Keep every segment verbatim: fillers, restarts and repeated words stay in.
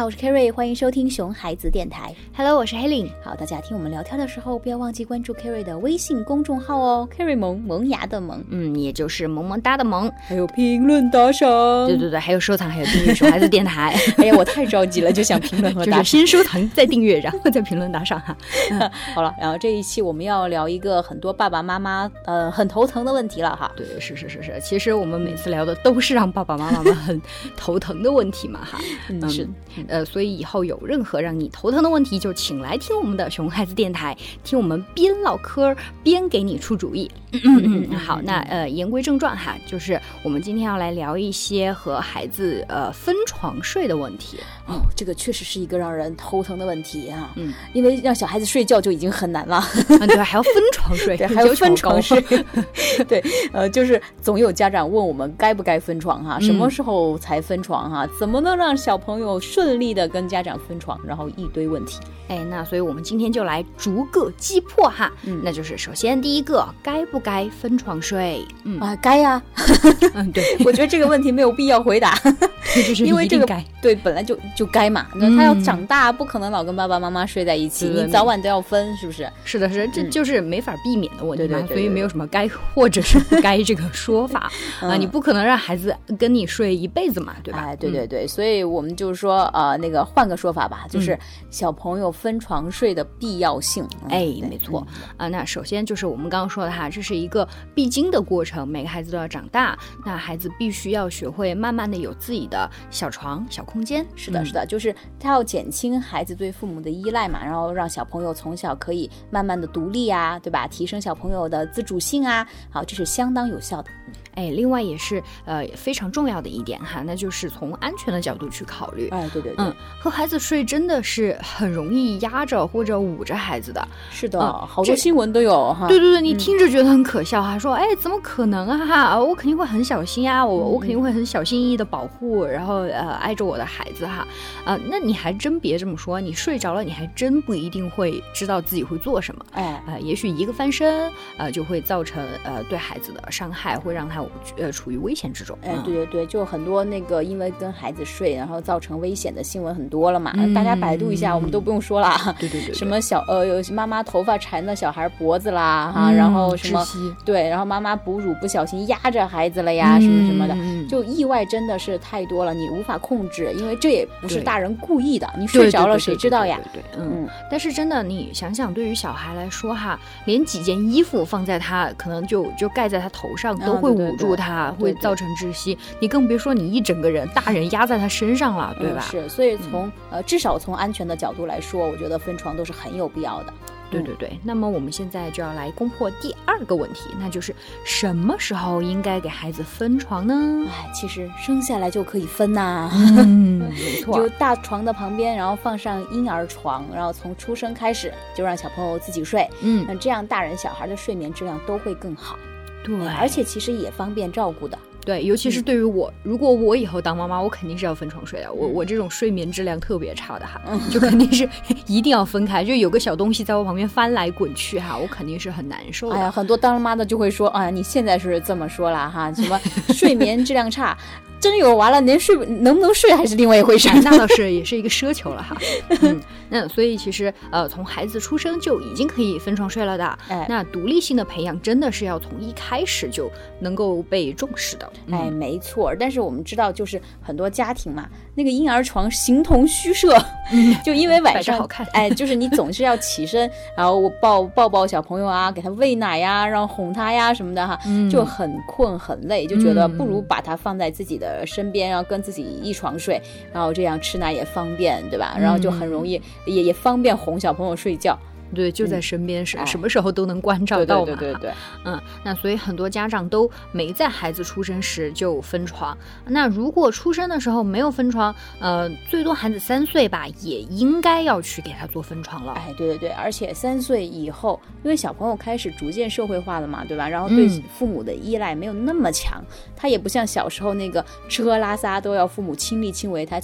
好，我是 Kerry， 欢迎收听熊孩子电台。 Hello， 我是黑玲。 好，大家听我们聊天的时候不要忘记关注 Kerry 的微信公众号哦， Kerry 萌，萌芽的萌， 嗯，也就是萌萌哒的萌， 还有评论打赏， 对对对，还有收藏，还有订阅熊孩子电台。 哎呀，我太着急了，就想评论和打赏， 就是先收藏再订阅，然后再评论打赏哈。 好了，然后这一期我们要聊一个很多爸爸妈妈呃很头疼的问题了哈。 对，是是是是，其实我们每次聊的都是让爸爸妈妈们很头疼的问题嘛哈。 嗯，是， 呃，所以以后有任何让你头疼的问题，就请来听我们的熊孩子电台，听我们边唠嗑边给你出主意。嗯嗯，好，那呃，言归正传哈，就是我们今天要来聊一些和孩子呃分床睡的问题。 哦，这个确实是一个让人头疼的问题啊。 嗯， 因为让小孩子睡觉就已经很难了， 嗯，对，还要分床睡， 对，还要分床睡。对，呃，就是总有家长问我们该不该分床哈，什么时候才分床哈？嗯、怎么能让小朋友顺利的跟家长分床？然后一堆问题。 哎，那所以我们今天就来逐个击破哈。嗯，那就是首先第一个，该不该分床睡？嗯啊，该呀、啊。 嗯，对， 我觉得这个问题没有必要回答， 就是因为这个该对本来就就该嘛。那他要长大，不可能老跟爸爸妈妈睡在一起，嗯、你早晚都要分，是不是？ 是的，是的，这就是没法避免的问题嘛。 对对对对对， 所以没有什么该或者是不该这个说法啊、嗯，你不可能让孩子跟你睡一辈子嘛，对吧？ 哎，对对对，嗯、所以我们就是说，呃，那个换个说法吧，就是小朋友分床睡的必要性。 嗯、哎，没错啊、嗯。那首先就是我们刚刚说的哈，这是一个必经的过程，每个孩子都要长大，那孩子必须要学会慢慢的有自己的小床、小空间。 是的，是的，嗯、就是他要减轻孩子对父母的依赖嘛，然后让小朋友从小可以慢慢的独立啊，对吧？提升小朋友的自主性啊，好，这是相当有效的。 哎，另外也是呃非常重要的一点哈，那就是从安全的角度去考虑。 哎，对对对， 嗯，和孩子睡真的是很容易压着或者捂着孩子的。 是的，嗯、好多新闻都有哈。 对对对，你听着觉得很可笑哈，嗯、说哎怎么可能啊哈，我肯定会很小心啊，我、嗯、我肯定会很小心翼翼的保护，然后呃爱着我的孩子哈，啊、呃，那你还真别这么说，你睡着了，你还真不一定会知道自己会做什么。 哎， 呃，也许一个翻身，呃，就会造成呃对孩子的伤害，会让他呃处于危险之中。 哎，对对对，就很多那个因为跟孩子睡，然后造成危险的新闻很多了嘛，嗯、大家百度一下，我们都不用说了。 对对 对, 对， 什么小呃有妈妈头发缠到小孩脖子啦哈、嗯，然后什么对，然后妈妈哺乳不小心压着孩子了呀，嗯、什么什么的，就意外真的是太多了，你无法控制，因为这也不是大人故意的，你睡着了谁知道呀？ 对对对对对，嗯，但是真的你想想，对于小孩来说哈，连几件衣服放在他可能就就盖在他头上都会捂住他。啊、会造成窒息，你更别说你一整个人大人压在他身上了，对吧？ 嗯、是，所以从、嗯、呃至少从安全的角度来说，我觉得分床都是很有必要的。 对对对，嗯、那么我们现在就要来攻破第二个问题，那就是什么时候应该给孩子分床呢？ 哎，其实生下来就可以分呐、啊， 嗯，没错， 就大床的旁边，然后放上婴儿床，然后从出生开始就让小朋友自己睡，嗯，那这样大人小孩的睡眠质量都会更好。 对、嗯， 而且其实也方便照顾的。 对，尤其是对于我、嗯，如果我以后当妈妈，我肯定是要分床睡的。我我这种睡眠质量特别差的哈，嗯、就肯定是一定要分开。就有个小东西在我旁边翻来滚去哈，我肯定是很难受的。 哎呀，很多当妈的就会说，哎呀，你现在是这么说了哈，什么睡眠质量差。真有完了，连睡能不能睡还是另外一回事， 那倒是也是一个奢求了哈。嗯，那所以其实呃，从孩子出生就已经可以分床睡了的。哎，那独立性的培养真的是要从一开始就能够被重视的。 嗯、哎，没错。但是我们知道，就是很多家庭嘛，那个婴儿床形同虚设，嗯、就因为晚上好看， 哎，就是你总是要起身，然后我抱抱抱小朋友啊，给他喂奶呀，然后哄他呀什么的哈，嗯、就很困很累，就觉得不如把他放在自己的身边，然后跟自己一床睡，然后这样吃奶也方便，对吧？然后就很容易，嗯、也也方便哄小朋友睡觉。 对，就在身边，是、嗯、什么时候都能关照到嘛。 对对对对对。 嗯，那所以很多家长都没在孩子出生时就分床。那如果出生的时候没有分床，呃，最多孩子三岁吧，也应该要去给他做分床了。 哎，对对对，而且三岁以后，因为小朋友开始逐渐社会化了嘛，对吧？然后对父母的依赖没有那么强，嗯、他也不像小时候那个吃喝拉撒都要父母亲力亲为，他其实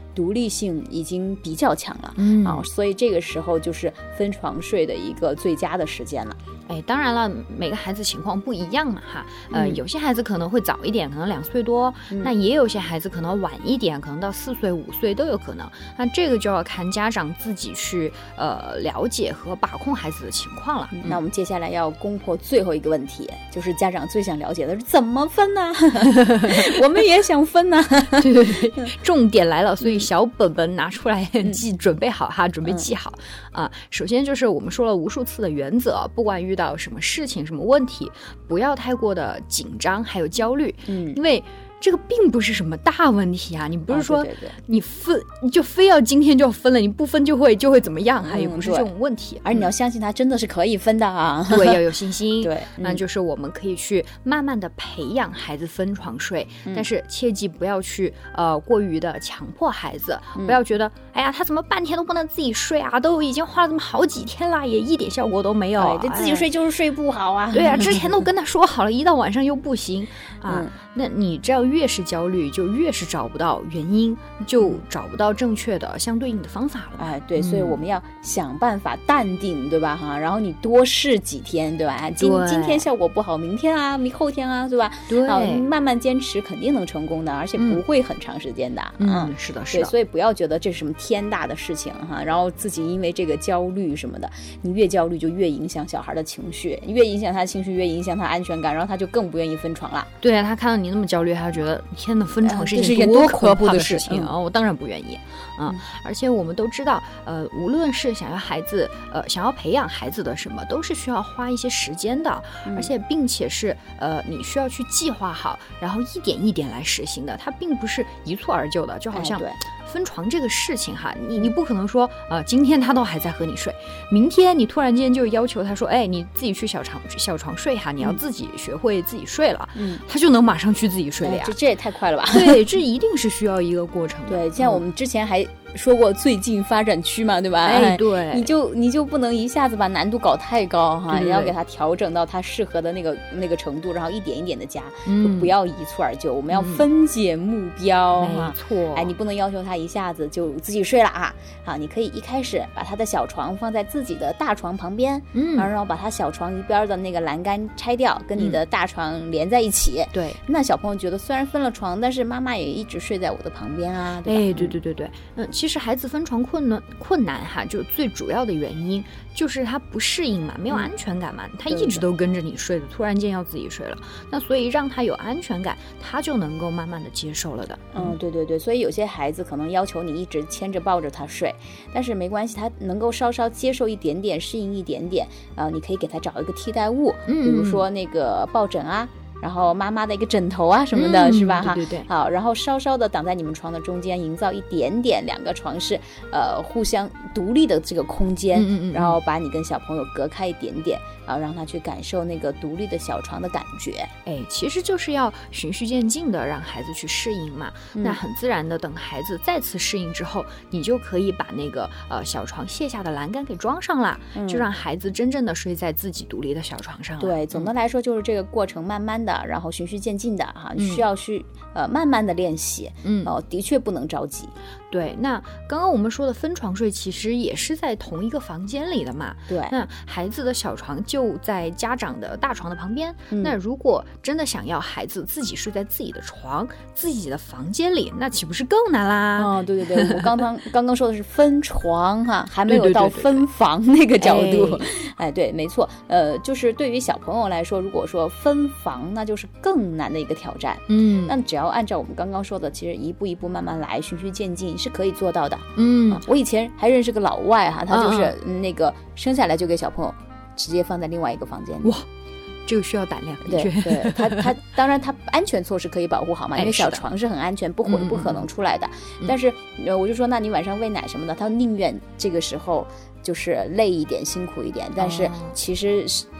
独立性已经比较强了， 嗯啊，所以这个时候就是分床睡的一个最佳的时间了。 哎，当然了，每个孩子情况不一样嘛，哈，呃， 嗯、 有些孩子可能会早一点，可能两岁多、嗯，那也有些孩子可能晚一点，可能到四岁、五岁都有可能。那这个就要看家长自己去呃了解和把控孩子的情况了。 嗯、那我们接下来要攻破最后一个问题，就是家长最想了解的是怎么分呢？我们也想分呢。 对对对，重点来了，所以小本本拿出来记，准备好哈，准备记好、嗯、啊。首先就是我们说了无数次的原则，不管遇到什么事情、什么问题，不要太过的紧张，还有焦虑， 嗯， 因为这个并不是什么大问题啊，你不是说你分、 哦、 你就非要今天就要分了，你不分就会就会怎么样，还有不是这种问题、嗯、 而你要相信他真的是可以分的啊， 对，要有信心对、 嗯，那就是我们可以去慢慢的培养孩子分床睡、嗯、但是切记不要去呃过于的强迫孩子、嗯、不要觉得哎呀他怎么半天都不能自己睡啊，都已经花了这么好几天了，也一点效果都没有， 对，自己睡就是睡不好啊， 对啊，之前都跟他说好了，一到晚上又不行啊、嗯，那你这样越是焦虑就越是找不到原因，就找不到正确的相对应的方法了。 哎，对，所以我们要想办法淡定，对吧？哈，然后你多试几天，对吧？今今天效果不好，明天啊，明后天啊，对吧？ 对， 啊，慢慢坚持肯定能成功的，而且不会很长时间的。 嗯，嗯是的，是的。对，所以不要觉得这是什么天大的事情哈，然后自己因为这个焦虑什么的，你越焦虑就越影响小孩的情绪，越影响他的情绪，越影响他安全感，然后他就更不愿意分床了。 对啊，他看到你那么焦虑，他就觉得天哪，分床是一件多可怕的事情啊、嗯！我当然不愿意啊、嗯！而且我们都知道，呃，无论是想要孩子，呃，想要培养孩子的什么，都是需要花一些时间的，嗯、而且并且是呃，你需要去计划好，然后一点一点来实行的，它并不是一蹴而就的，就好像。 哎分床这个事情哈，你你不可能说，呃，今天他都还在和你睡，明天你突然间就要求他说，哎，你自己去小床小床睡哈，你要自己学会自己睡了，嗯，他就能马上去自己睡了呀， 哎、这这也太快了吧？ 对，这一定是需要一个过程的。 对，像我们之前还说过最近发展区嘛，对吧？ 哎，对， 你就你就不能一下子把难度搞太高哈，你要给他调整到他适合的那个那个程度，然后一点一点的加，嗯、就不要一蹴而就，我们要分解目标， 嗯、没错。 哎，你不能要求他一下子就自己睡了啊！好，你可以一开始把他的小床放在自己的大床旁边，嗯，然后把他小床一边的那个栏杆拆掉，跟你的大床连在一起。 嗯、对， 那小朋友觉得虽然分了床，但是妈妈也一直睡在我的旁边啊，对吧？ 哎，对对对对，嗯，其实孩子分床困难困难哈，就最主要的原因就是他不适应嘛，没有安全感嘛，嗯、他一直都跟着你睡的，突然间要自己睡了，那所以让他有安全感，他就能够慢慢的接受了的。 嗯，对对对，所以有些孩子可能要求你一直牵着抱着他睡，但是没关系，他能够稍稍接受一点点，适应一点点，呃，你可以给他找一个替代物，嗯、比如说那个抱枕啊。然后妈妈的一个枕头啊什么的， 嗯、 是吧？哈， 对对对。 好，然后稍稍的挡在你们床的中间，营造一点点两个床是呃互相独立的这个空间， 嗯嗯嗯， 然后把你跟小朋友隔开一点点，然后让他去感受那个独立的小床的感觉。 哎，其实就是要循序渐进的让孩子去适应嘛。嗯、那很自然的，等孩子再次适应之后，你就可以把那个呃小床卸下的栏杆给装上了，嗯、就让孩子真正的睡在自己独立的小床上了。 对，总的来说就是这个过程慢慢的。然后循序渐进的哈，需要去、嗯、呃慢慢的练习，嗯，哦，的确不能着急。 对，那刚刚我们说的分床睡，其实也是在同一个房间里的嘛。 对， 那孩子的小床就在家长的大床的旁边。嗯、那如果真的想要孩子自己睡在自己的床、自己的房间里，那岂不是更难啦？ 哦，对对对，我刚刚刚刚说的是分床哈，还没有到分房那个角度。 对对对对哎，对，没错，呃，就是对于小朋友来说，如果说分房，那就是更难的一个挑战。嗯，那只要按照我们刚刚说的，其实一步一步慢慢来，循序渐进是可以做到的。 嗯、 啊，我以前还认识个老外哈，他就是那个生下来就给小朋友直接放在另外一个房间里。 哇，这个需要胆量。 对对，他他当然他安全措施可以保护好嘛，因为小床是很安全，不会不可能出来的。嗯、但是呃，我就说，那你晚上喂奶什么的，他宁愿这个时候就是累一点、辛苦一点，但是其实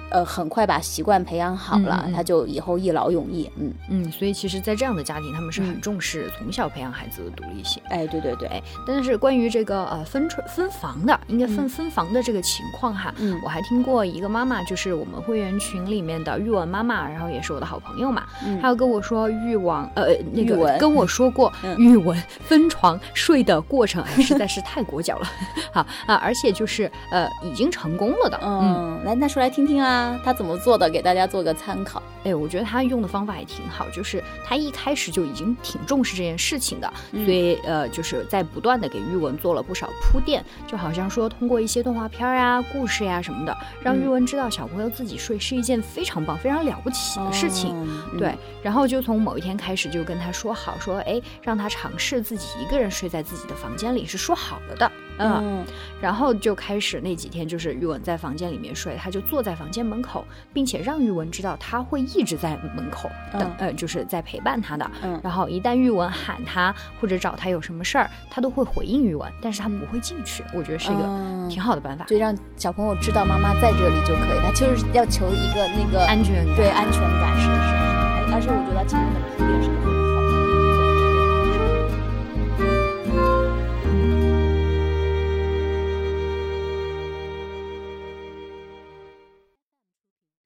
呃很快把习惯培养好了， 嗯嗯他就以后一劳永逸。嗯嗯，所以其实在这样的家庭他们是很重视从小培养孩子的独立性。 哎，对对对。 哎，但是关于这个呃分分房的，应该分、嗯、分房的这个情况哈， 嗯， 我还听过一个妈妈，就是我们会员群里面的玉文妈妈，然后也是我的好朋友嘛，嗯，她有跟我说玉王呃那个跟我说过玉文分床睡的过程，哎，实在是太裹脚了，好啊，而且就是呃已经成功了的， 嗯，嗯来，那说来听听啊，她怎么做的，给大家做个参考。 哎，我觉得她用的方法也挺好，就是她一开始就已经挺重视这件事情的， 嗯、 所以呃就是在不断的给玉文做了不少铺垫，就好像说通过一些动画片啊、故事呀、啊、什么的，让玉文知道小朋友自己睡是一件非常棒、非常了不起的事情。 哦、 对，然后就从某一天开始就跟他说好，说哎，让他尝试自己一个人睡在自己的房间里，是说好了的。嗯， 嗯然后就开始那几天，就是玉文在房间里面睡，他就坐在房间门口，并且让玉文知道他会一直在门口等， 嗯、 呃，就是在陪伴他的。 嗯， 然后一旦玉文喊他或者找他有什么事儿，他都会回应玉文，但是他不会进去。嗯、我觉得是一个挺好的办法， 就让小朋友知道妈妈在这里就可以，他就是要求一个那个安全感， 对安全感，是是。而且我觉得前面的铺垫是很